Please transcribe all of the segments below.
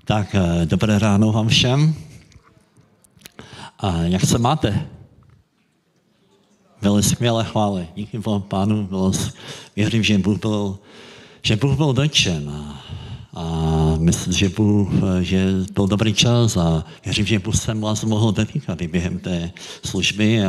Tak dobré ráno vám všem. A jak se máte? Byly skvělé chvály. Díky Bohu Pánu. Věřím, že Bůh byl dotčen. A myslím, že byl dobrý čas a věřím, že Bůh se vás mohl dotýkat i během té služby.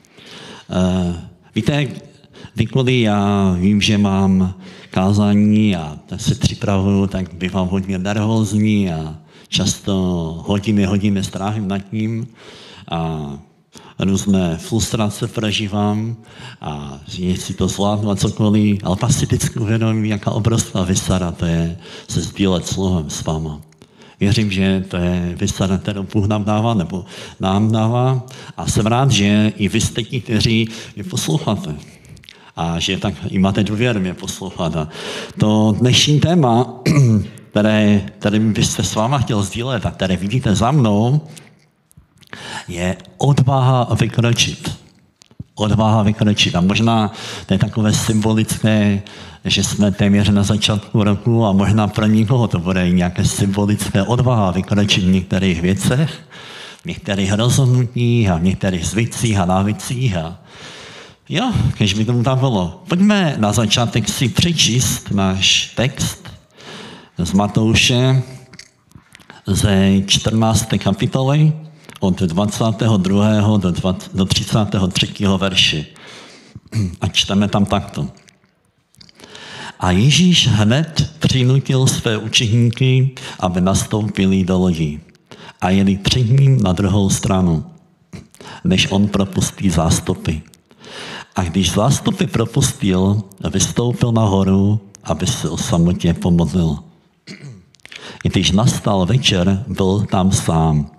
Víte, kdykoliv já vím, že mám kázání a tak se připravuju, tak bývám hodně nervózní a často hodiny strávím nad tím a různé frustrace prožívám a jestli to zvládnu a cokoliv, ale pak si vždycky uvědomím, jaká obrovská vysada to je se sdílet slovem s váma. Věřím, že to je vysada, kterou Bůh nám dává, nebo nám dává a jsem rád, že i vy jste ti, kteří mě posloucháte a že tak i máte důvěru mě poslouchat. A to dnešní téma, které byste s váma chtěl sdílet a které vidíte za mnou, je odvaha vykročit. Odvaha vykročit. A možná to je takové symbolické, že jsme téměř na začátku roku a možná pro někoho to bude nějaké symbolické odvaha vykročit v některých věcech, v některých rozhodnutích a v některých zvycích a návicích. Jo, když by tomu tam bylo. Pojďme na začátek si přečíst náš text z Matouše ze 14. kapitoly od 22. do 33. verši. A čteme tam takto. A Ježíš hned přinutil své učeníky, aby nastoupili do lodí a jeli před ním na druhou stranu, než on propustí zástupy. A když zástupy propustil, vystoupil nahoru, aby se o samotě pomodlil. Když nastal večer, byl tam sám.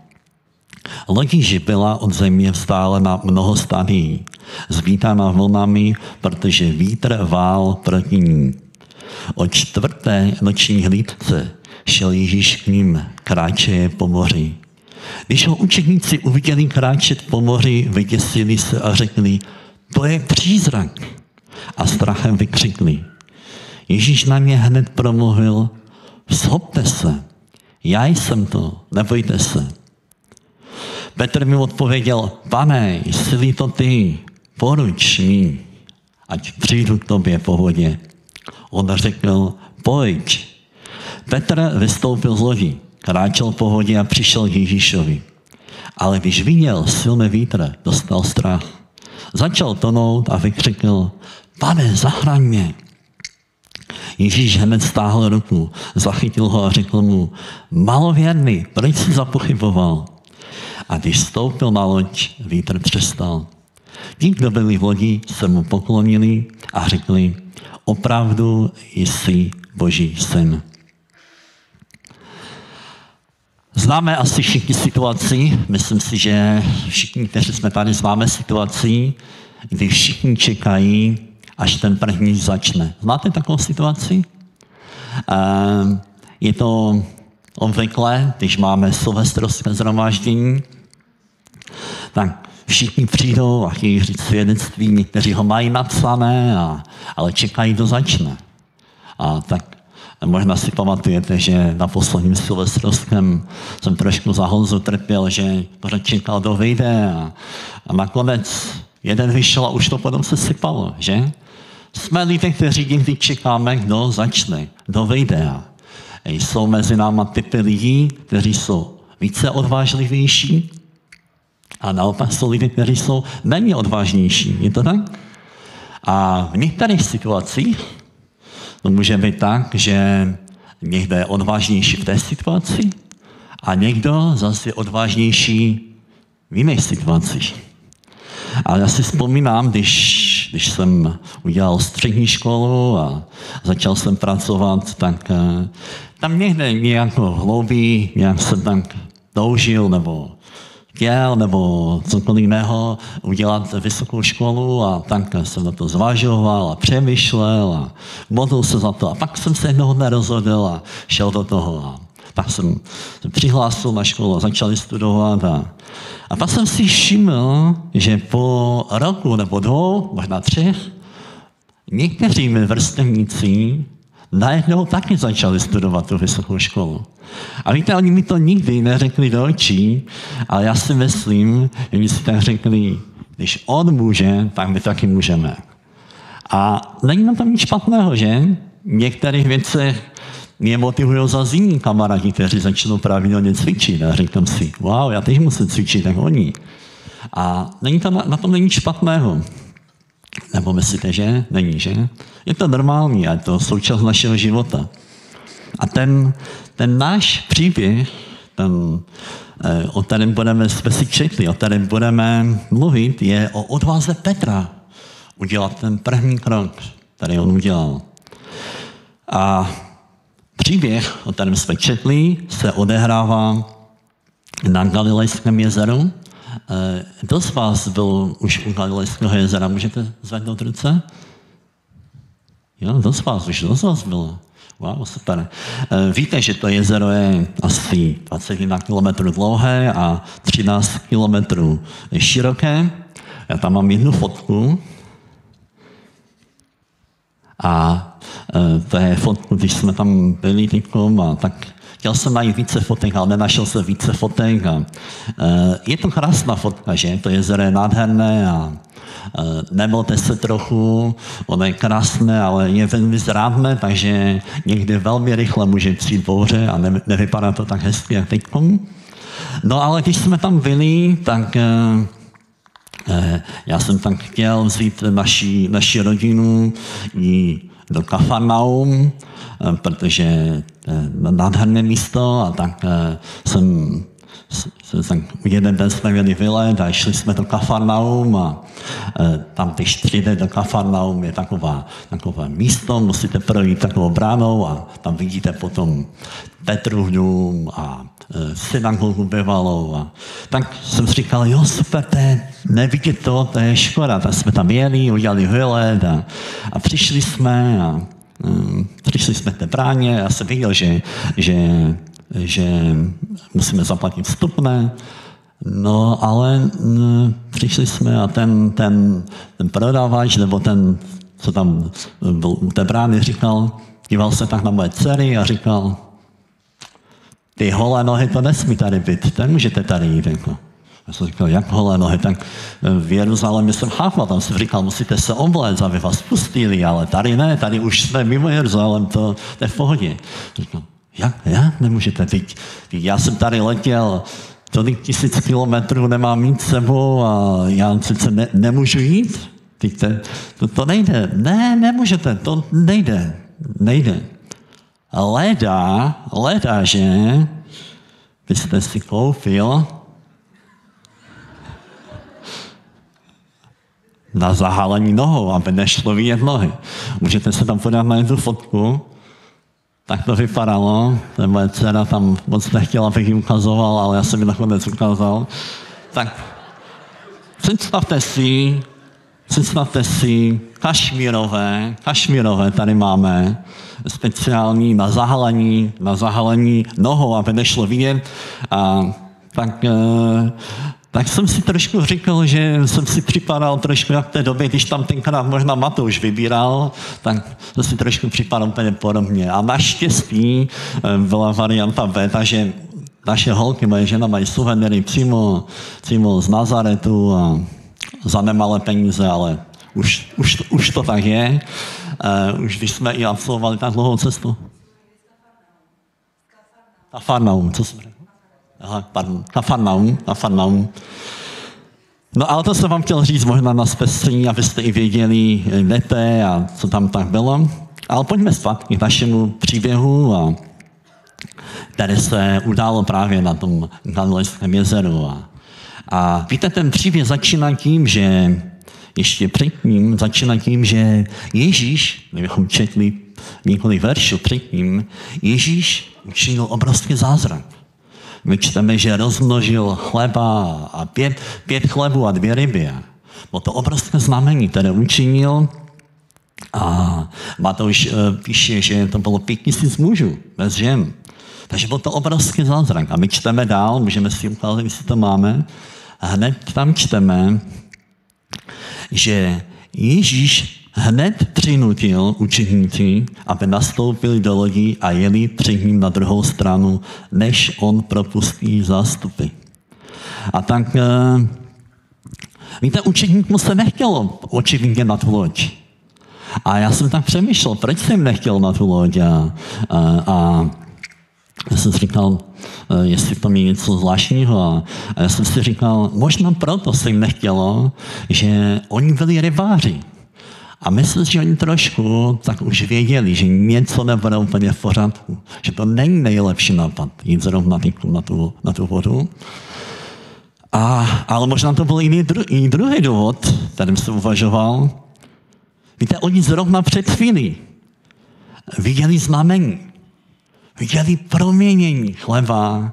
Loď byla od země vzdálena mnoho stadií, zvítána vlnami, protože vítr vál proti ní. O 4. noční hlídce šel Ježíš k ním, kráčeje po moři. Když ho učeníci uviděli kráčet po moři, vyděsili se a řekli, to je přízrak. A strachem vykřikli. Ježíš na ně hned promluvil, vzhopte se, já jsem to, nebojte se. Petr mi odpověděl, Pane, jsi to ty, poruč mi, ať přijdu k tobě po vodě. On řekl, pojď. Petr vystoupil z lodi, kráčel po vodě a přišel k Ježíšovi. Ale když viděl silný vítr, dostal strach. Začal tonout a vykřikl, Pane, zachraň mě. Ježíš hned stáhl ruku, zachytil ho a řekl mu, malověrný, proč jsi zapochyboval? A když vstoupil na loď, vítr přestal. Ti, kdo byli v lodi, se mu poklonili a řekli, opravdu jsi Boží syn. Známe asi všichni situaci, myslím si, že všichni, kteří jsme tady, známe situaci, kdy všichni čekají, až ten první začne. Znáte takovou situaci? Je to obvykle, když máme silvestrovské shromáždění, tak všichni přijdou a chtějí říct svědectví, někteří ho mají napsané, ale čekají, kdo začne. A tak možná si pamatujete, že na posledním silvestrovském jsem trošku za Honzu trpěl, že pořád čekal, kdo vyjde a nakonec jeden vyšel a už to potom se sypalo, že? Jsme lidé, kteří někdy čekáme, kdo začne, kdo vyjde. Jsou mezi náma typy lidí, kteří jsou více odvážlivější a naopak jsou lidé, kteří jsou méně odvážnější. Je to tak? A v některých situacích to může být tak, že někdo je odvážnější v té situaci a někdo zase je odvážnější v jiných situacích. A já si vzpomínám, když jsem udělal střední školu a začal jsem pracovat, tak tam někde nějak hloubí, nějak jsem tak toužil nebo chtěl nebo cokoliv jiného udělat vysokou školu a tak jsem na to zvažoval a přemýšlel a modlil se za to. A pak jsem se jednoho dne rozhodl a šel do toho. A tak jsem se přihlásil na školu a začal studovat. A pak jsem si všiml, že po roku nebo 2, možná 3, někteří mé vrstevníci najednou taky začali studovat tu vysokou školu. A víte, oni mi to nikdy neřekli do očí, ale já si myslím, že mi si tak řekli, když on může, tak my taky můžeme. A není na tom nic špatného, že? V některých věcech mě motivují za jiní kamarádi, kteří začnou pravidelně cvičit a říkám si, wow, já teď musím cvičit tak oni. A není to, na tom není nic špatného. Nebo myslíte, že? Není, že? Je to normální a je to součást našeho života. A ten náš příběh, o kterém jsme si četli, o kterém budeme mluvit, je o odvaze Petra udělat ten první krok, který on udělal. A příběh, o kterém jsme četli, se odehrává na Galilejském jezeru. Kdo z vás byl už u Galilejského jezera? Můžete zvednout ruce? Jo, dost z vás bylo. Wow, super. Víte, že to jezero je asi 21 km dlouhé a 13 km široké. Já tam mám jednu fotku. A to je fotku, když jsme tam byli týkom, a tak chtěl jsem najít více fotek, ale nenašel jsem více fotek. A je to krásná fotka, že? To jezero je nádherné a nebojte se trochu, ono je krásné, ale je velmi zrádné, takže někdy velmi rychle může přijít bouře a nevypadá to tak hezky, jak teďkom. No ale když jsme tam byli, tak já jsem tam chtěl vzít naši rodinu i do Kafarnaum, protože nádherné místo a tak jeden den jsme měli výlet a šli jsme do Kafarnaum a tam, když přijde do Kafarnaum, je takové místo, musíte projít takovou bránou a tam vidíte potom Petrův dům a synagogu bývalou. A tak jsem si říkal, jo, super, nevidět to je škoda. Tak jsme tam jeli, udělali výlet a přišli jsme k té bráně. Já jsem viděl, že musíme zaplatit vstupné. No, ale přišli jsme a ten prodavač, nebo ten, co tam byl u té brány, díval se tak na moje dcery a říkal, ty holé nohy, to nesmí tady být, to nemůžete tady jít. Jako. Já jsem říkal, jak holé nohy, tak v Jeruzalémě jsem chápal, tam jsem říkal, musíte se obléct, aby vás pustili, ale tady ne, tady už jsme mimo Jeruzalém, to je v pohodě. Říkal, jak nemůžete být? Já jsem tady letěl tolik 1000 kilometrů, nemám nic sebou a já přece nemůžu jít. To nejde. Ne, nemůžete, to nejde. Leda, že byste si koupil na zahalení nohou, aby nešlo vidět nohy. Můžete se tam podat na jednu fotku, tak to vypadalo. Moje dcera tam moc nechtěla, abych ji ukazoval, ale já jsem ji nakonec ukázal. Tak představte si kašmírové tady máme, speciální na zahalení nohou, aby nešlo vidět. A tak jsem si trošku říkal, že jsem si připadal trošku jak v té době, když tam tenkrát možná Matouš vybíral, tak to si trošku připadal úplně podobně. A naštěstí byla varianta B, takže naše holky, moje žena mají suvenýry přímo z Nazaretu a za nemalé peníze, ale už to tak je. Už když jsme i absolvovali tak dlouhou cestu. Kafarnaum, co jsem řekl? Aha, pardon, Kafarnaum. No ale to jsem vám chtěl říct možná na zpestření, abyste i věděli, jdete a co tam tak bylo. Ale pojďme zpátky k našemu příběhu, který se událo právě na tom Galilejském jezeru. A víte, ten příběh začíná tím, že Ježíš, kdybychom četli několik veršů předtím, Ježíš učinil obrovský zázrak. My čteme, že rozmnožil chleba a pět chlebů a 2 ryby. Bylo to obrovské znamení, které učinil. A Matouš píše, že to bylo 5000 mužů bez žen. Takže byl to obrovský zázrak. A my čteme dál, můžeme si ukázat, jestli to máme. A hned tam čteme, že Ježíš hned přinutil učeníky, aby nastoupili do lodí a jeli před ním na druhou stranu, než on propustí zástupy. A tak, víte, učeníkům se nechtělo očividně na tu loď. A já jsem tak přemýšlel, proč jsem nechtěl na tu loď a já jsem si říkal, jestli to je něco zvláštního. A já jsem si říkal, možná proto se jim nechtělo, že oni byli rybáři. A myslím, že oni trošku tak už věděli, že něco nebude úplně v pořádku. Že to není nejlepší nápad jít zrovna na tu vodu. Ale možná to byl i druhý důvod, kterým jsem uvažoval. Víte, oni zrovna před chvílí viděli znamení. Viděli proměnění chleba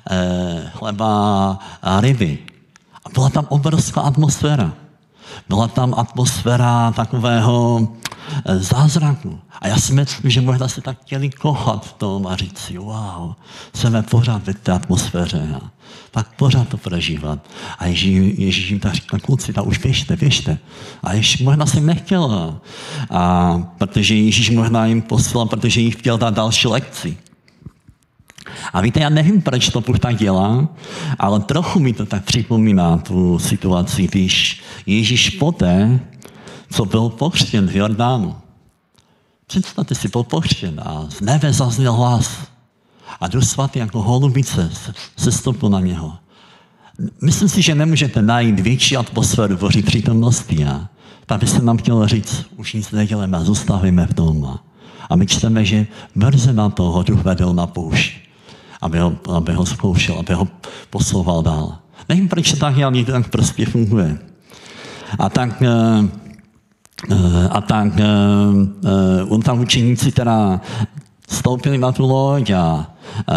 a ryby. A byla tam obrovská atmosféra. Byla tam atmosféra takového zázraku. A já si myslím, že možná se tak chtěli kochat v tom a říct si, wow, chceme pořád v té atmosféře. A tak pořád to prožívat. A Ježíš jim tak říká, kluci, tak už běžte. A ještě možná jsem nechtěl. Protože Ježíš možná jim poslal, protože jim chtěl dát další lekci. A víte, já nevím, proč to Bůh tak dělá, ale trochu mi to tak připomíná tu situaci, když Ježíš poté, co byl pokřtěn v Jordánu. Představte si, byl pokřtěn a z nebe zazněl hlas. A Duch Svatý jako holubice sestoupil na něho. Myslím si, že nemůžete najít větší atmosféru Boží přítomnosti. A tak by se nám chtělo říct, už nic neděláme a zůstavíme v tom. A my čteme, že brzy na to ho Duch vedl na poušť, aby ho zkoušel, aby ho posouval dál. Nevím, proč to tak, ale to tak prostě funguje. A tak on tam učeníci teda vstoupili na tu loď a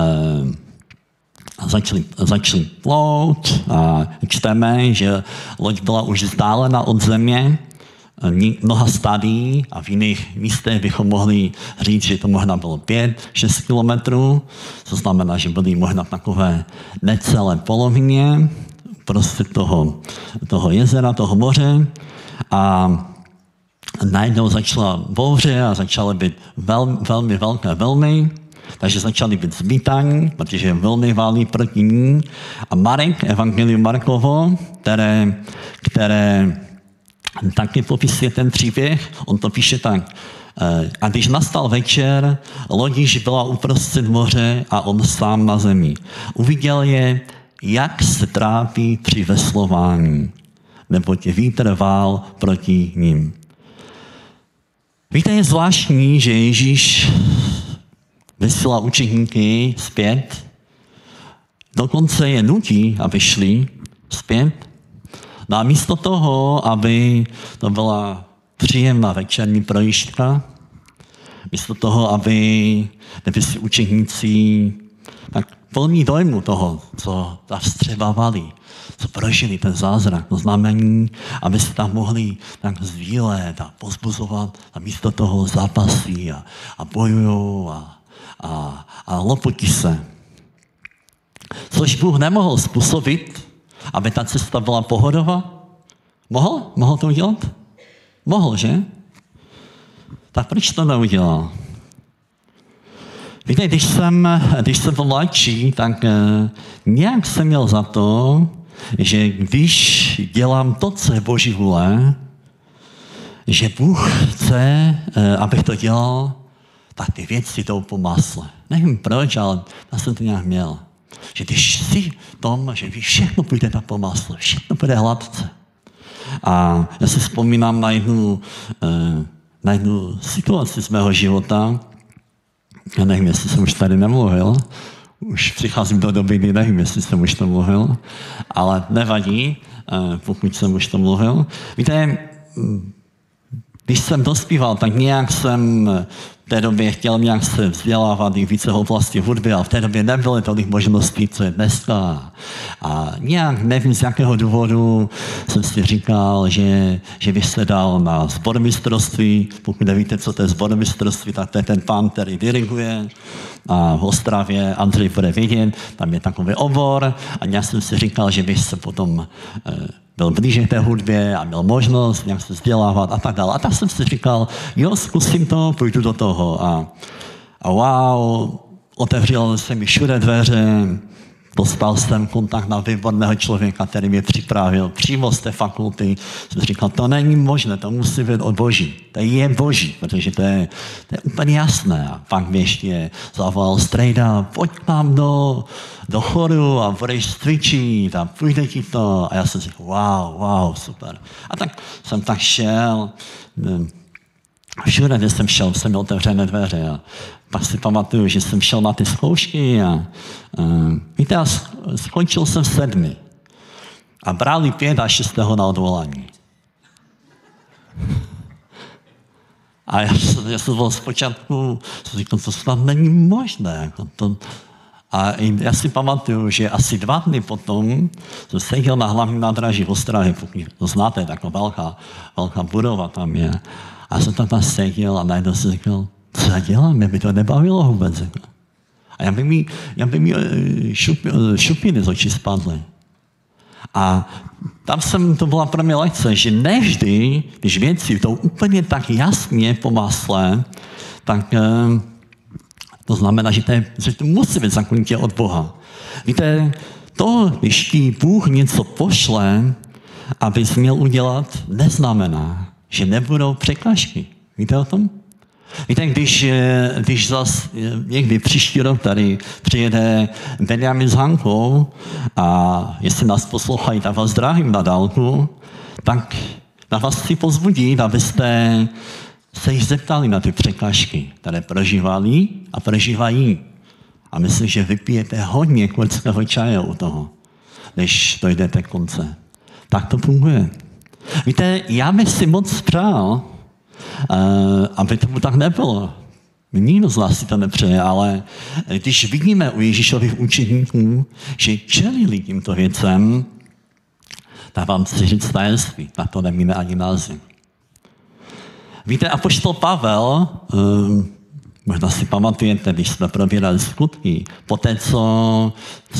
začali plout a čteme, že loď byla už vzdálena od země, mnoha stadií a v jiných místech bychom mohli říct, že to možná bylo 5-6 kilometrů, co znamená, že byly možná takové necelé polovině prostě toho jezera, toho moře a najednou začala bouře a začaly být velmi velké vlny, takže začaly být zmítaní, protože vlny válí proti ní. A Marek, Evangelium Markovo, které taky popisuje ten příběh, on to píše tak. A když nastal večer, loď byla uprostřed moře a on sám na zemi. Uviděl je, jak se trápí při veslování, neboť vítr vál proti nim. Víte, je zvláštní, že Ježíš vysílá učeníky zpět, dokonce je nutí, aby šli zpět. No a místo toho, aby to byla příjemná večerní projížďka, místo toho, aby si učeníci tak plní dojmu toho, co ta vstřebávali, co prožili ten zázrak, to znamení, aby se tam mohli tak sdílet a pozbuzovat a místo toho zápasí a bojujou a lopotí se. Což Bůh nemohl způsobit, aby ta cesta byla pohodová. Mohl? Mohl to udělat? Mohl, že? Tak proč to neudělal? Víte, když jsem byl mladší, tak nějak jsem měl za to, že když dělám to, co je Boží vůle, že Bůh chce, abych to dělal, tak ty věci jdou po masle. Nevím proč, ale já jsem to nějak měl. Že když si tom, že vy všechno půjde tak po masle, všechno bude hladce. A já si vzpomínám na jednu situaci z mého života. Já nevím, jestli jsem už tady nemluvil. Už přicházím do doby, kdy nevím, jestli jsem už to mluvil. Ale nevadí, pokud jsem už to mluvil. Víte, když jsem dospíval, tak nějak jsem v té době chtěl nějak se vzdělávat i více v oblasti hudby, a v té době nebyly tolik možností, co je dneska. A nějak nevím, z jakého důvodu jsem si říkal, že bych se dal na sbormistrovství. Pokud nevíte, co to je sbormistrovství, tak to je ten pán, který diriguje. A v Ostravě Andrej bude vědět, tam je takový obor. A já jsem si říkal, že bych se potom byl blíže té hudbě a měl možnost nějak se vzdělávat a tak dále. A tak jsem si říkal, jo, zkusím to, půjdu do toho. A wow, otevřel se mi všude dveře, dostal jsem kontakt na výborného člověka, který mě připravil přímo z té fakulty. Jsem říkal, to není možné, to musí být od Boží. To je Boží, protože to je úplně jasné. A pak mě ještě zavolal strejda, pojď k nám do choru a budeš cvičit a půjde ti to. A já jsem říkal, wow, super. A tak jsem tak šel, všude, kde jsem šel, jsem měl otevřené dveře. A pak si pamatuju, že jsem šel na ty zkoušky a víte, skončil jsem v 7. A brali 5 a 6 na odvolání. A já jsem byl zpočátku, jsem říkal, to snad není možné. Jako to. A já si pamatuju, že asi 2 dny potom jsem seděl na hlavním nádraží v Ostravě, pokud to znáte, taková velká budova tam je. A jsem tam seděl a najednou si říkal, co já dělám, mě by to nebavilo vůbec. A já by mi šupiny z očí spadly. A to byla pro mě lekce, že nevždy, když věci jdou úplně tak jasně po masle, tak to znamená, že to musí být zakonitě od Boha. Víte, to, když ti Bůh něco pošle, abys měl udělat, neznamená, že nebudou překážky. Víte o tom? Víte, když zase někdy příští rok tady přijede Benjamin s Hankou a jestli nás poslouchají, tak vás zdravím na dálku, tak na vás chci pozbudit, abyste se jich zeptali na ty překážky, které prožívali a prožívají. A myslím, že vypijete hodně kurdského čaje u toho, než dojdete k konce. Tak to funguje. Víte, já bych si moc přál, aby tomu tak nebylo. Nikdo z nás si to nepřeje, ale když vidíme u Ježíšových učeníků, že čelili tímto věcem, tak vám chci říct tajemství, tak to nemíme ani název. Víte, apoštol Pavel, možná si pamatujete, když jsme probírali skutky, poté, co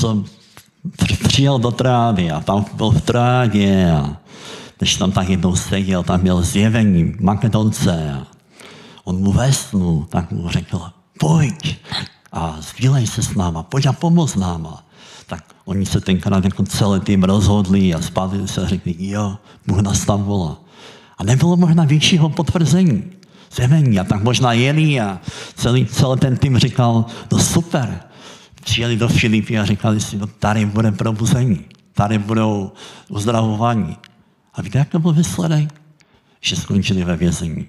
přijel do Trády a tam byl v Trádě a když tam tak jednou seděl, tam měl zjevení Makedonce a on mu ve snu, tak mu řekl, pojď a sdílej se s náma, pojď a pomoz náma. Tak oni se tenkrát jako celý tým rozhodli a spadli se a řekli, jo, Bůh nás tam volá. A nebylo možná většího potvrzení, zjevení. A tak možná jeli a celý ten tým říkal, no super. Přijeli do Filipy a říkali si, no tady bude probuzení, tady budou uzdravování. A víte, jak to byl výsledek? Že skončili ve vězení.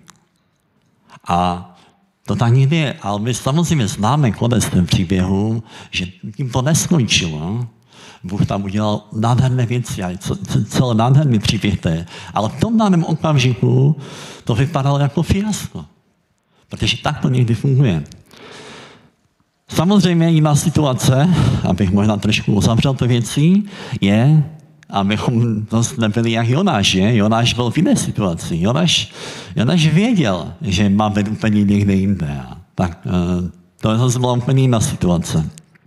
A to tak někdy je, ale my samozřejmě známe konec ten příběhu, že tím to neskončilo. Bůh tam udělal nádherné věci a celý nádherný příběh to je. Ale v tom daném okamžiku to vypadalo jako fiasko. Protože tak to někdy funguje. Samozřejmě jiná situace, abych možná trošku uzavřel ty věci, je, abychom nebyli jak Jonáš, že? Jonáš byl v jiné situaci. Jonáš věděl, že má být úplně někde jinde. Tak to byla úplně jiná situace.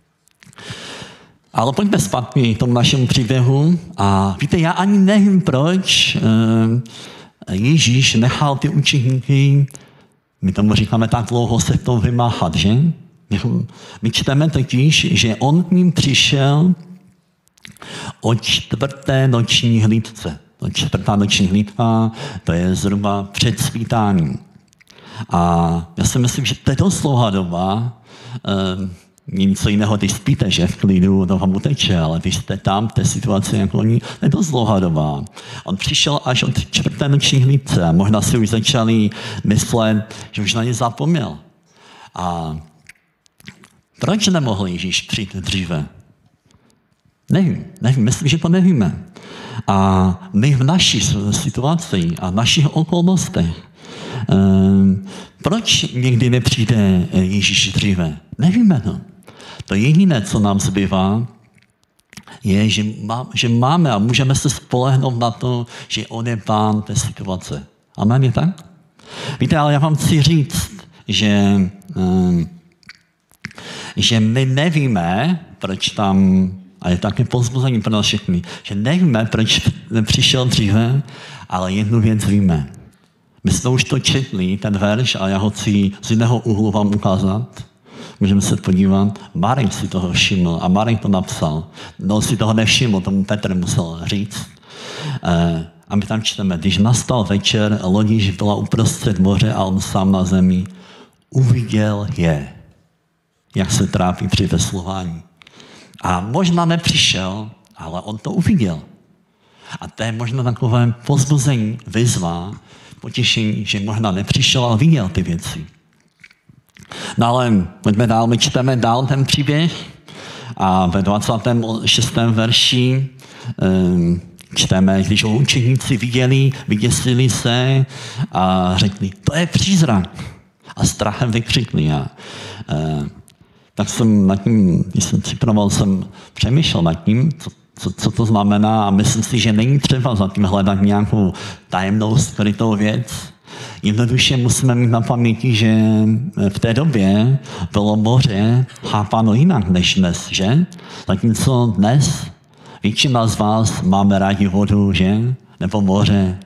Ale pojďme zpátky k tomu našemu příběhu. A víte, já ani nevím, proč Ježíš nechal ty učeníky, my tomu říkáme tak dlouho, se to vymáchat, že? My čteme totiž, že on k ním přišel o 4. noční hlídce. 4. noční hlídka, to je zhruba před svítáním. A já si myslím, že to je dost dlouhá doba, něco jiného, když spíte, že v klidu to vám uteče, ale když jste tam v té situaci jako oni, to je dost dlouhá doba. On přišel až od 4. noční hlídce a možná si už začali myslet, že už na ně zapomněl. A proč nemohl Ježíš přijít dříve? Nevím, myslím, že to nevíme. A my v naší situaci a v našich okolnostech, proč někdy nepřijde Ježíš dříve? Nevíme to. To jediné, co nám zbývá, je, že máme a můžeme se spolehnout na to, že on je pán té situace. Amen, je tak? Víte, ale já vám chci říct, že my nevíme, proč tam, a je také povzbuzení pro nás všechny, že nevíme, proč nepřišel dříve, ale jednu věc víme. My jsme už to četli, ten verš, a já ho chci z jiného úhlu vám ukázat. Můžeme se podívat. Marek si toho všiml a Marek to napsal. No si toho nevšiml, tomu Petr musel říct. A my tam čteme, když nastal večer, lodiž byla uprostřed moře a on sám na zemi, uviděl je, jak se trápí při veslování. A možná nepřišel, ale on to uviděl. A to je možná takové povzbuzení, výzva, potěšení, že možná nepřišel, ale viděl ty věci. No ale pojďme dál, my čteme dál ten příběh a ve 26. verši čteme, když ho učeníci viděli, vyděsili se a řekli, to je přízrak. A strachem vykřikli. Tak jsem nad tím, když jsem připravoval, jsem přemýšlel nad tím, co to znamená a myslím si, že není třeba za tím hledat nějakou tajemnou skrytou věc. Jednoduše musíme mít na paměti, že v té době bylo moře chápáno jinak než dnes, že? Zatímco dnes většina z vás máme rádi vodu, že? Nebo moře,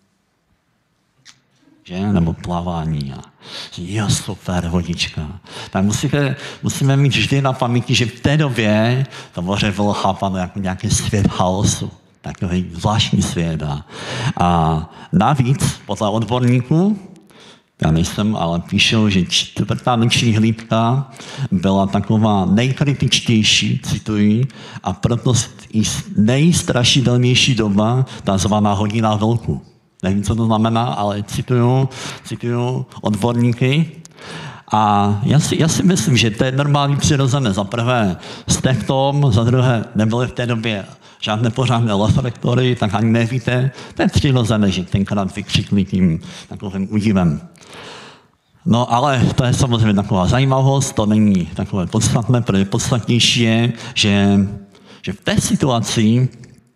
že? Nebo plavání. Jo, super, vodička. Tak musíme mít vždy na paměti, že v té době to moře bylo chápáno jako nějaký svět chaosu. Takový zvláštní svět. A navíc, podle odborníků, já nejsem, ale píšou, že 4. noční hlídka byla taková nejkritičtější, cituji, a proto i nejstrašidelnější doba, takzvaná hodina vlku. Nevím, co to znamená, ale cituju odborníky. A já si myslím, že to je normální přirozené. Za prvé s teftom, za druhé nebyly v té době žádné pořádné reflektory, tak ani nevíte. To je přirozené, že tenkrát vykřikli tím takovým údivem. No ale to je samozřejmě taková zajímavost, to není takové podstatné, protože podstatnější je, že v té situaci,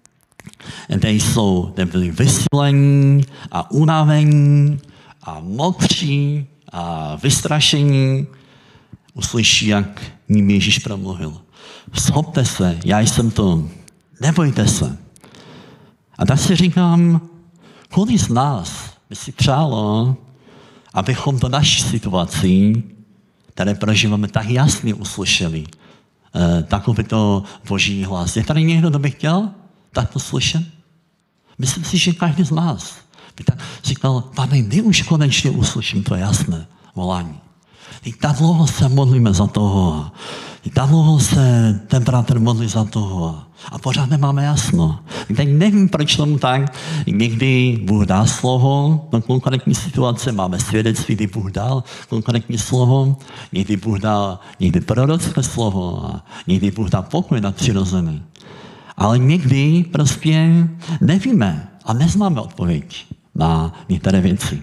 kde byli vysílení a unavení a mokří a vystrašení, uslyší, jak ním Ježíš promluvil. Schopte se, já jsem to, nebojte se. A tak si říkám, kolik z nás by si přálo, abychom do naší situaci, které prožíváme, tak jasně uslyšeli takovýto boží hlas. Je tady někdo, kdo by chtěl takto slyšet? Myslím si, že každý z nás by tak říkal, Pane, kdy už konečně uslyším to jasné volání. Tak dlouho se modlíme za toho. Tak dlouho se ten bratr modlí za toho. A pořád nemáme jasno. Teď nevím, proč tomu tak. Někdy Bůh dá slovo na konkrétní situace, máme svědectví, kdy Bůh dal konkrétní slovo, někdy Bůh dá prorocké slovo a někdy Bůh dá pokoj nadpřirozený. Ale někdy prostě nevíme a neznáme odpověď na některé věci.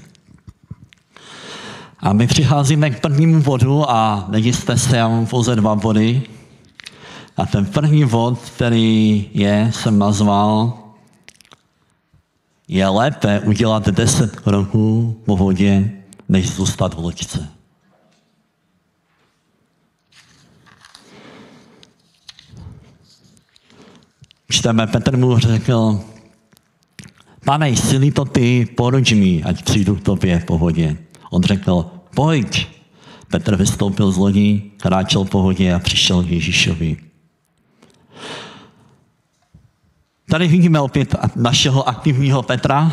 A my přicházíme k prvnímu bodu a neděste se, já mám pouze 2 body. A ten první bod, který jsem nazval, je lépe udělat 10 kroků po vodě, než zůstat v loďce. Čteme, Petr mu řekl, Pane, jsi-li to ty, poruč mi, ať přijdu k tobě po vodě. On řekl, pojď. Petr vystoupil z lodi, kráčel po vodě a přišel k Ježíšovi. Tady vidíme opět našeho aktivního Petra.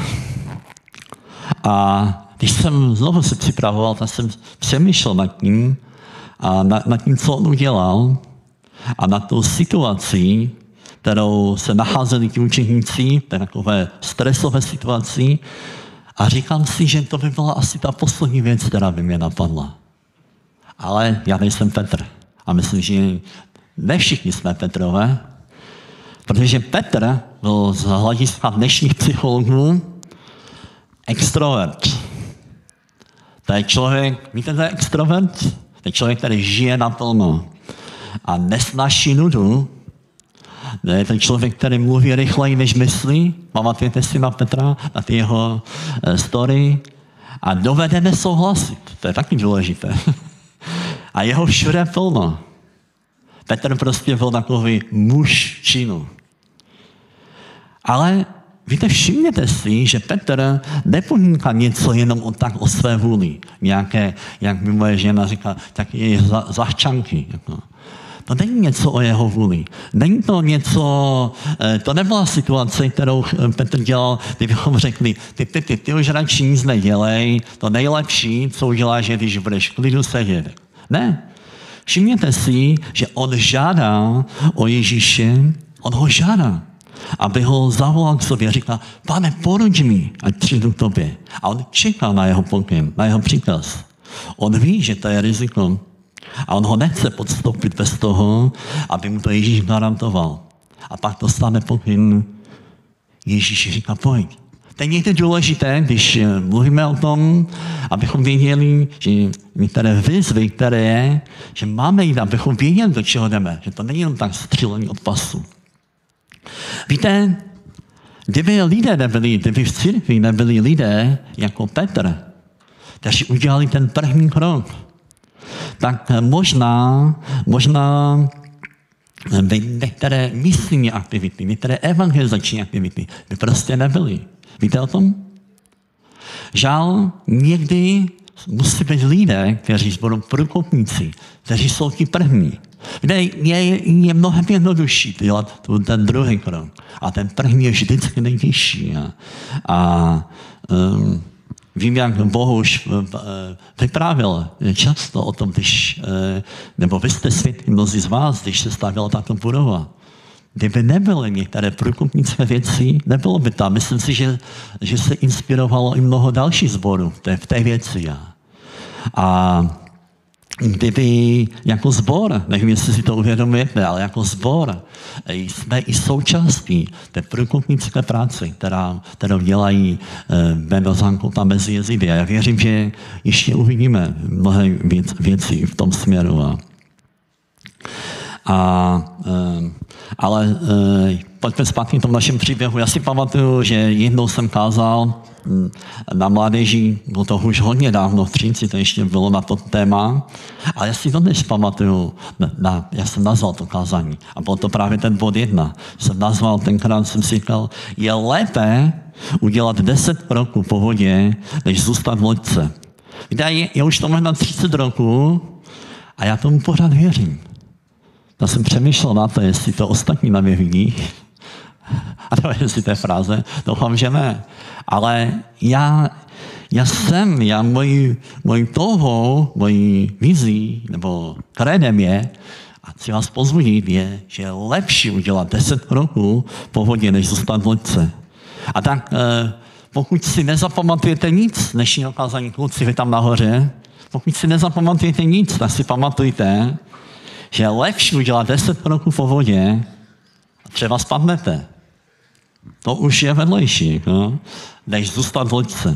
A když jsem znovu se připravoval, tak jsem přemýšlel nad tím, a nad tím, co on udělal a nad tou situací, kterou se nacházeli ti učeníci, to je takové stresové situaci, a říkám si, že to by byla asi ta poslední věc, která by mě napadla. Ale já nejsem Petr. A myslím, že ne všichni jsme Petrové, protože Petr byl z hlediska dnešních psychologů extrovert. To je člověk, víte, to je extrovert? To je člověk, který žije naplno a nesnáší nudu Je to člověk, který mluví rychleji, než myslí. Pamatujete si na Petra, na ty jeho story. A dovede nesouhlasit. To je taky důležité. A jeho všude plno. Petr prostě byl takový muž činu. Ale víte, všimněte si, že Petr nepodniká něco jenom o své vůli. Nějaké, jak by moje žena říká, tak je zahčanky. Jako. To není něco o jeho vůli. Není to něco, to nebyla situace, kterou Petr dělal, kdybychom řekli, ty už radši nic nedělej, to nejlepší, co uděláš, je, když budeš v klidu sedět. Ne. Všimněte si, že on žádá o Ježíše, on ho žádá, aby ho zavolal k sobě a říká, Pane, poruč mi, ať přijdu k tobě. A on čeká na jeho pokyn, na jeho příkaz. On ví, že to je riziko. A on ho nechce podstoupit bez toho, aby mu to Ježíš garantoval. A pak to stane pokyn. Ježíš říká, pojď. To je někdy důležité, když mluvíme o tom, abychom věděli, že některé výzvy, které je, že máme jít, abychom věděli, do čeho jdeme. Že to není jen tak střílení od pasu. Víte, kdyby v církvi nebyli lidé jako Petr, kteří udělali ten první krok, tak možná by některé misijní aktivity, některé evangelizační aktivity by prostě nebyly. Víte o tom? Žál, někdy musí být lidé, kteří budou průkopníci, kteří jsou ti první. Víte, je mnohem jednodušší dělat ten druhý krok. A ten první je vždycky nejtěžší. Vím, jak Bohuš vyprávěl často o tom, nebo vy jste svědky mnozí z vás, když se stavěla tato budova. Kdyby nebyly některé průkopnické věci, nebylo by tam. Myslím si, že se inspirovalo i mnoho dalších sborů v té věci. A kdyby jako sbor, nevím, jestli si to uvědomujete, ale jako sbor jsme i součástí té průkopnické práce, kterou dělají Benozanko tam mezi jezidy. A já věřím, že ještě uvidíme mnohé věci v tom směru. Ale pojďme zpátky k tomu našem příběhu. Já si pamatuju, že jednou jsem kázal na mládeži, bylo to už hodně dávno, v Třinci, to ještě bylo na to téma, ale já si to dnes pamatuju, já jsem nazval to kázání a byl to právě ten bod 1. Tenkrát jsem si říkal, je lépe udělat 10 kroků po vodě, než zůstat v loďce. Víte, je už to možná 30 roků a já tomu pořád věřím. Já jsem přemýšlel na to, jestli to ostatní na mě vidí. A to jestli to je fráze, doufám, že ne. Ale mojí touhou, mojí vizí, nebo krédem je, a chci vás pozvodit, je, že je lepší udělat 10 kroků po vodě, než zůstat v loďce. A tak pokud si nezapamatujete nic dnešního kázání, kluci, vy tam nahoře, pokud si nezapamatujete nic, tak si pamatujte, že je lepší udělat 10 kroků po vodě a třeba spadnete. To už je vedlejší, než zůstat v loďce.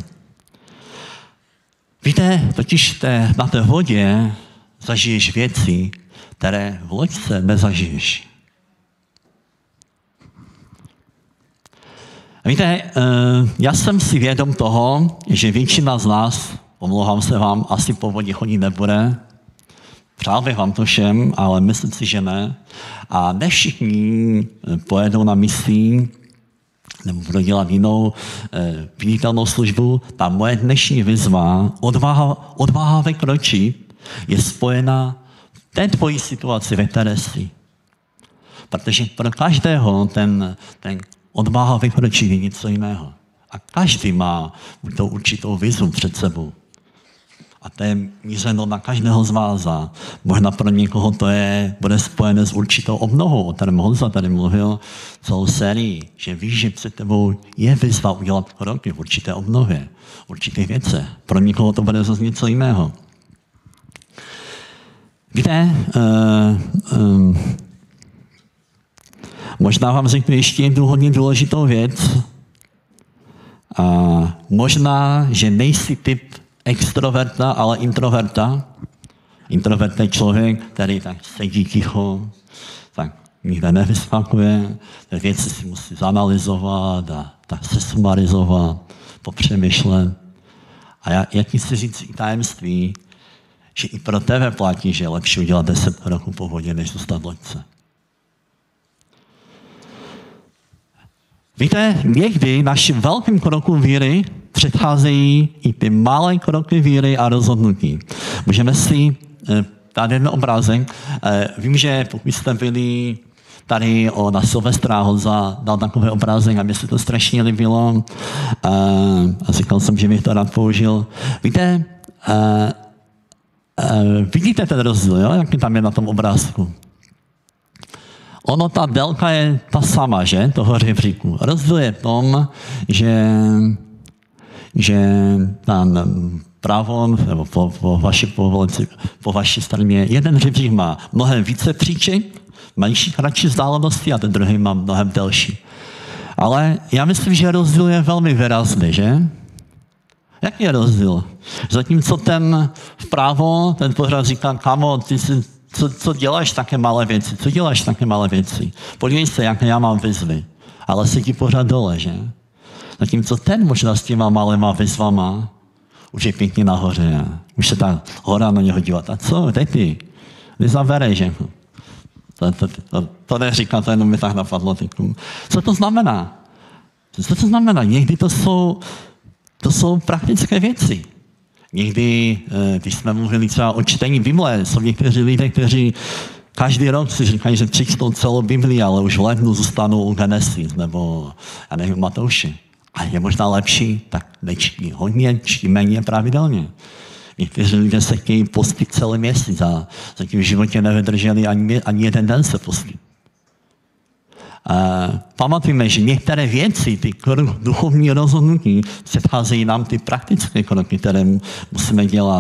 Víte, totiž na té vodě zažiješ věci, které v loďce nezažiješ. Víte, já jsem si vědom toho, že většina z nás, omlouvám se vám, asi po vodě chodit nebude. Přál bych vám to všem, ale myslím si, že ne. A ne všichni pojedou na misi, nebo budou dělat jinou viditelnou službu. Ta moje dnešní výzva, odvaha vykročit, je spojena v té tvojí situaci, ve které jsi. Protože pro každého ten odvaha vykročit je něco jiného. A každý má tu určitou výzvu před sebou. A to je mířeno na každého z vás. A možná pro někoho to bude spojené s určitou obnovou, o kterém Honza tady mluvil celou sérii, že víš, že před tebou je výzva udělat kroky v určité obnově, v určitých věcech. Pro někoho to bude zase něco jiného. Víte, možná vám řeknu ještě jednu hodně důležitou věc. Možná, že nejsi typ extroverta, ale introverta. Introvert je člověk, který tak sedí ticho, tak nikde nevyskakuje, ty věci si musí zanalyzovat a tak se sumarizovat, popřemýšlet. A já ti chci říct i tajemství, že i pro tebe platí, že je lepší udělat 10 kroků po vodě, než zůstat v loďce. Víte, někdy našim velkým krokům víry předcházejí i ty malé kroky víry a rozhodnutí. Můžeme si tady jeden obrázek. Vím, že pokud jste byli tady na Silvestra, Honza dal takový obrázek a mě se to strašně líbilo. A říkal jsem, že bych to rád použil. Víte, vidíte ten rozdíl, jo? Jaký tam je na tom obrázku? Ono, ta délka je ta sama, že? Toho řebříku. Rozdíl je v tom, že tam pravo, nebo po vaší straně, jeden řebřík má mnohem více příček, menší, kratší vzdálenosti a ten druhý má mnohem delší. Ale já myslím, že rozdíl je velmi výrazný, že? Jaký je rozdíl? Zatímco ten vpravo, ten pořád říká, kamo, ty si, co děláš také malé věci? Co děláš také malé věci? Podívej se, jaké já mám výzvy. Ale sedí pořád dole, že? Zatímco ten možná s těma malýma výzvama už je pěkně nahoře. Už se ta hora na něho dívat. A co? Teď ty zabereš, že? To neříká, to jenom mi tak napadlo. Co to znamená? Co to znamená? Někdy to jsou praktické věci. Někdy, když jsme mluvili třeba o čtení Bible, jsou někteří lidé, kteří každý rok si říkají, že přečtou celou Bibli, ale už v lednu zůstanou u Genesis nebo, já nevím, Matouše. A je možná lepší, tak nečtí hodně, čtí méně pravidelně. Někteří lidé se chtějí postit celý měsíc a zatím v životě nevydrželi ani jeden den se postit. Pamatujeme, že některé věci, ty duchovní rozhodnutí, předcházejí nám ty praktické kroky, které musíme dělat.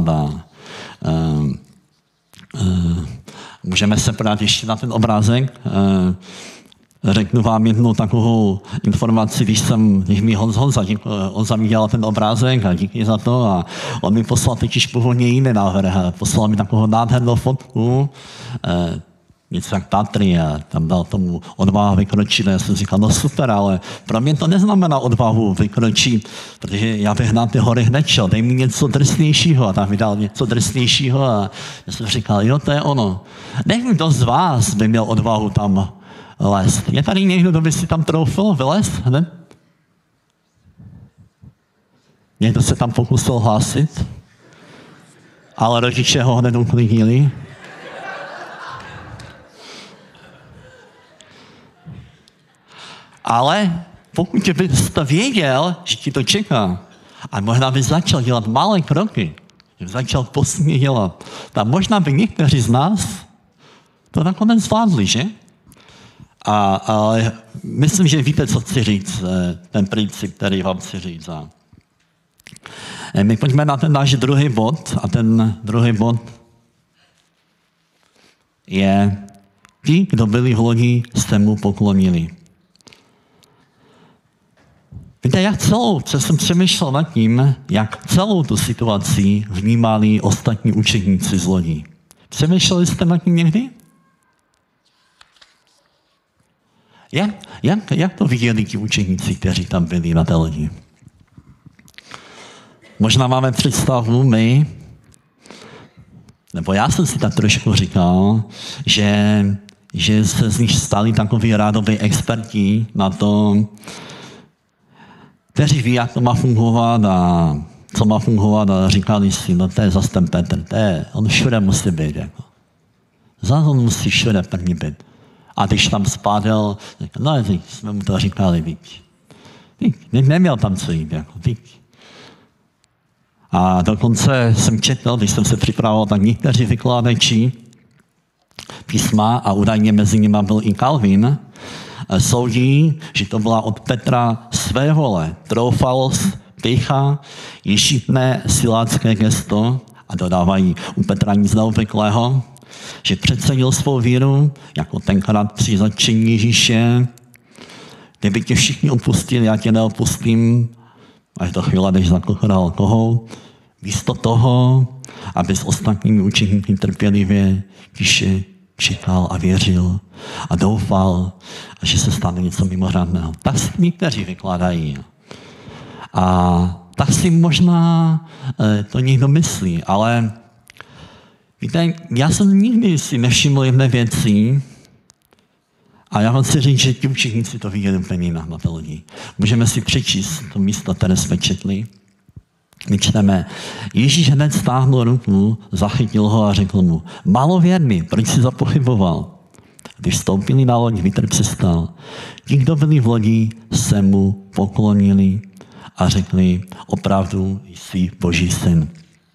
Můžeme se podívat ještě na ten obrázek. Řeknu vám jednu takovou informaci, když mi Honza mi dělal ten obrázek a díky za to. A on mi poslal totiž původně jiný návrh. Poslal mi takovou nádhernou fotku, něco jak Tatry a tam dal tomu odvahu vykročit. Já jsem říkal, no super, ale pro mě to neznamená odvahu vykročit, protože já bych na ty hory nešel, dej mi něco drsnějšího. A tam mi dal něco drsnějšího a já jsem říkal, jo, to je ono. Nevím, kdo z vás by měl odvahu tam lézt. Je tady někdo, kdo by si tam troufil vylézt? Ne? Někdo se tam pokusil hlásit, ale rodiče ho hned uklidnili. Ale pokud byste věděl, že ti to čeká, a možná by začal dělat malé kroky, že by začal postupně dělat, tak možná by někteří z nás to nakonec zvládli, že? Ale myslím, že víte, co chci říct, ten princip, který vám chci říct. My pojďme na ten náš druhý bod, a ten druhý bod je ti, kdo byli v lodi, jste mu poklonili. Víte, co jsem přemýšlel nad tím, jak celou tu situaci vnímali ostatní učedníci z lodí. Přemýšleli jste nad tím někdy? Jak to viděli ti učeníci, kteří tam byli na té lodi? Možná máme představu my, nebo já jsem si tak trošku říkal, že se z nich stali takoví rádoví experti na to, kteří ví, jak to má fungovat a co má fungovat a říkali si, no to je zase ten Petr, on všude musí být. Jako. Zase on musí všude první být. A když tam spadl, no jsme mu to říkali, víc. Neměl tam co jít, jako, víc. A dokonce jsem četl, když jsem se připravoval, tak někteří vykládači písma, a údajně mezi nimi byl i Calvin, soudí, že to byla od Petra své vole, troufalost, pýcha, ješitné silácké gesto, a dodávají u Petra nic neobvyklého, že předcenil svou víru, jako tenkrát při zatčení Ježíše, kdyby tě všichni opustili, já tě neopustím, až do chvíle, než zakochal alkohol. Místo toho, aby s ostatními učeníky trpělivě tiše čekal a věřil a doufal, že se stane něco mimořádného. Tak si někteří vykládají. A tak si možná to někdo myslí, ale víte, já jsem nikdy si nevšiml jedné věci, a já vám chci říct, že ti učeníci to viděli úplně jinak na té lodi. Můžeme si přečíst to místo, které jsme četli. My čteme, Ježíš hned stáhnul ruku, zachytil ho a řekl mu, malověrný, proč jsi zapochyboval? Když vstoupili na loď, vítr přestal. Ti, kdo byli v lodi, se mu poklonili a řekli, opravdu jsi Boží syn.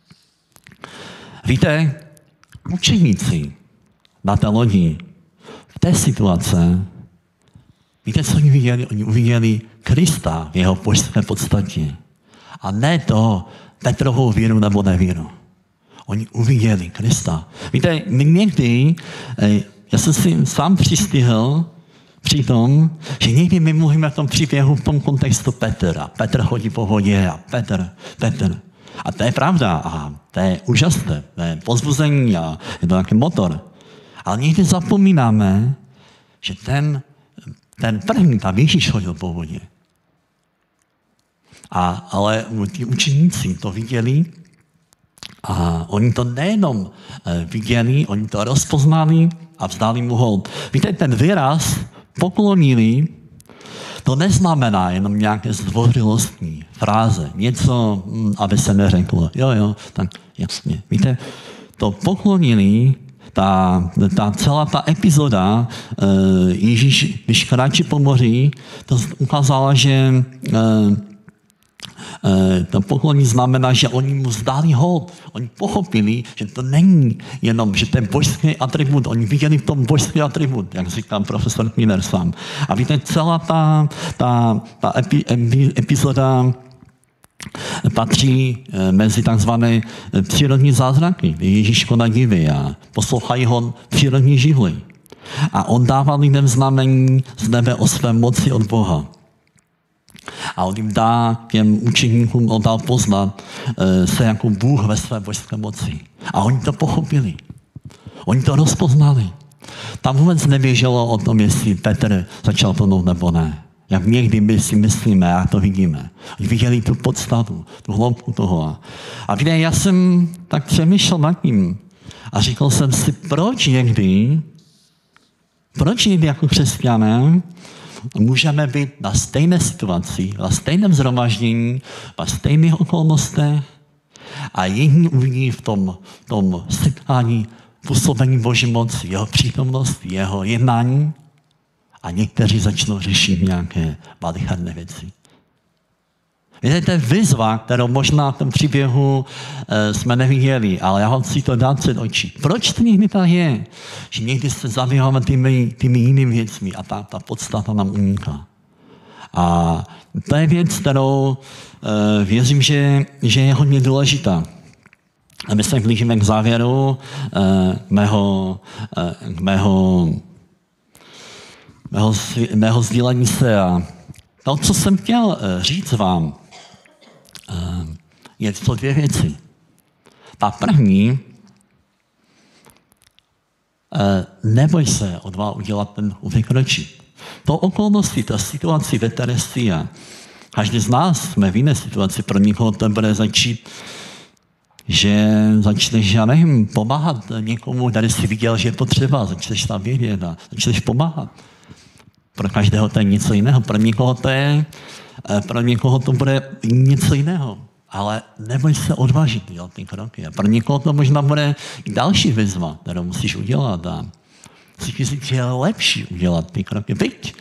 Víte, učeníci na té lodi, v té situace, víte, co oni viděli? Oni uviděli Krista v jeho božské podstatě. A ne to Petrovou víru nebo nevíru. Oni uviděli Krista. Víte, někdy, já jsem si sám přistihl při tom, že někdy my mluvíme v tom příběhu v tom kontextu Petra. Petr chodí po vodě a Petr. A to je pravda a to je úžasné, to je povzbuzení a je to nějaký motor. Ale někdy zapomínáme, že ten první, tam Ježíš chodil po vodě. Ale ti učeníci to viděli a oni to nejenom viděli, oni to rozpoznali a vzdali mu hold. Víte, ten výraz poklonili, to neznamená jenom nějaké zdvořilostní fráze, něco, aby se neřeklo. Jo, tak jasně. Víte, to poklonili, celá ta epizoda, Ježíš, když kráčí po moři, to ukázala, že to poklonení znamená, že oni mu zdali hold. Oni pochopili, že to není jenom, že ten božský atribut, oni viděli v tom božský atribut, jak říká profesor Miller sám. A víte, celá ta epizoda patří mezi takzvané přírodní zázraky. Ježíš koná divy a poslouchají ho přírodní živly. A on dává lidem znamení z nebe o své moci od Boha. A on jim dá těm učeníkům, on dal poznat se jako Bůh ve své božské moci. A oni to pochopili. Oni to rozpoznali. Tam vůbec neběželo o tom, jestli Petr začal tonout nebo ne. Jak někdy my si myslíme a to vidíme. Oni viděli tu podstatu, tu hloubku toho. A víte, já jsem tak přemýšlel nad tím a říkal jsem si, proč někdy jako křesťané můžeme být na stejné situaci, na stejném shromaždění, na stejných okolnostech a jedni uvidí v tom setkání působení Boží moci, jeho přítomnost, jeho jednání a někteří začnou řešit nějaké malicherné věci. Víte, to je výzva, kterou možná v tom příběhu jsme neviděli, ale já vám chci to dát před oči. Proč to někdy tak je? Že někdy se zabýváme těmi jinými věcmi a ta podstata nám uniká. A to je věc, kterou věřím, že je hodně důležitá. A my se blížíme k závěru mého sdílení se. A to, co jsem chtěl říct vám, je to dvě věci. Ta první, neboj se odvaha udělat ten vykročit. To okolnosti, ta situace, ve které jsi a každý z nás jsme v jiné situaci. Pro někoho to bude začít, že začneš, já nevím, pomáhat někomu, který si viděl, že je potřeba, začneš tam vědět a začneš pomáhat. Pro každého to je něco jiného. Pro někoho to bude něco jiného. Ale neboj se odvážit dělat ty kroky. A pro někoho to možná bude i další výzva, kterou musíš udělat. A musíš říct, že je lepší udělat ty kroky. Byť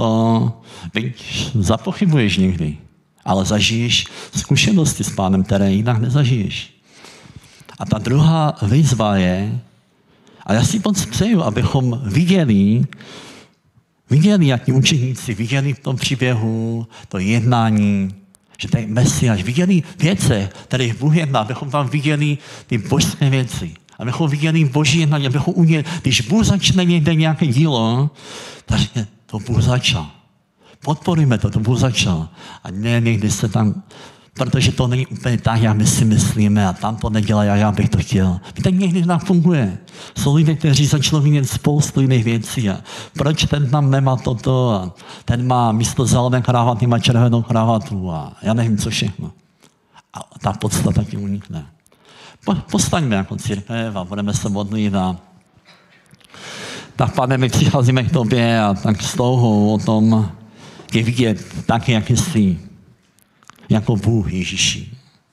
zapochybuješ někdy, ale zažiješ zkušenosti s Pánem, které jinak nezažiješ. A ta druhá výzva je, a já si moc přeju, abychom viděli, jak ti učeníci viděli v tom příběhu to jednání, že ten Mesiáš, viděli věce, které Bůh jedná, abychom tam viděli ty božské věci, abychom viděli Boží jednání, abychom uměli, když Bůh začne někde nějaké dílo, tak řekne, to Bůh začal. Podporujme to Bůh začal. A ne někdy se tam protože to není úplně tak, jak my si myslíme a tam to nedělají, jak já bych to chtěl. Víte, někdy tak funguje. Jsou lidé, kteří začnou vidět spoustu jiných věcí. A proč ten tam nemá toto a ten má místo zelené kravaty, má červenou kravatu a já nevím, co všechno. A ta podstata ti unikne. Postaňme jako církev a budeme se modlit a tak, Pane, my přicházíme k tobě a tak s touhou o tom tě vidět tak, jak jsi, jako Bůh Ježíši.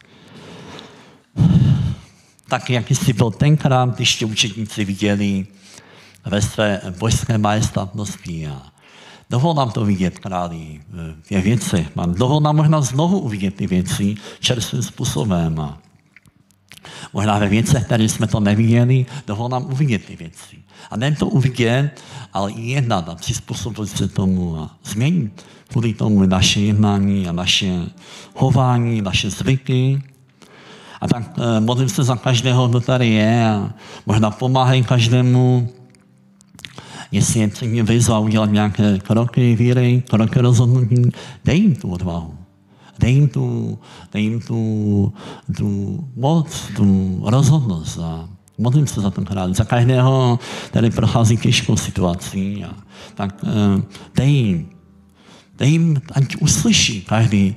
Tak, jak jsi byl tenkrát, když tě učedníci viděli ve své božské majestátnosti. A dovol nám to vidět, králi, v těch věcech. Dovol nám možná znovu uvidět ty věci čerstvým způsobem. A možná ve věcech, které jsme to neviděli, dovol nám uvidět ty věci. A nejen to uvidět, ale i jednat a přizpůsobit se tomu a změnit kvůli tomu naše jednání a naše chování, naše zvyky. A tak modlím se za každého, kdo tady je a možná pomáhají každému, jestli je mě vyzva udělat nějaké kroky víry, kroky rozhodnutí, dej jim tu odvahu. Dej jim tu moc, tu rozhodnost. A modlím se za ten král, za každého, který prochází těžkou situací. A tak dej jim, ať uslyší každý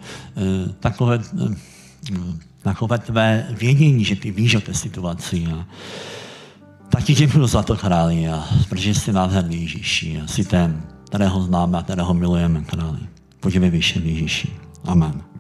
takové tvé vědění, že ty víš o té situaci. A tak ti děkuji za to, králi, protože jsi nádherný, Ježíši. Jsi ten, kterého známe a kterého milujeme, králi. Pojďme vyšší, Ježíši. Amen.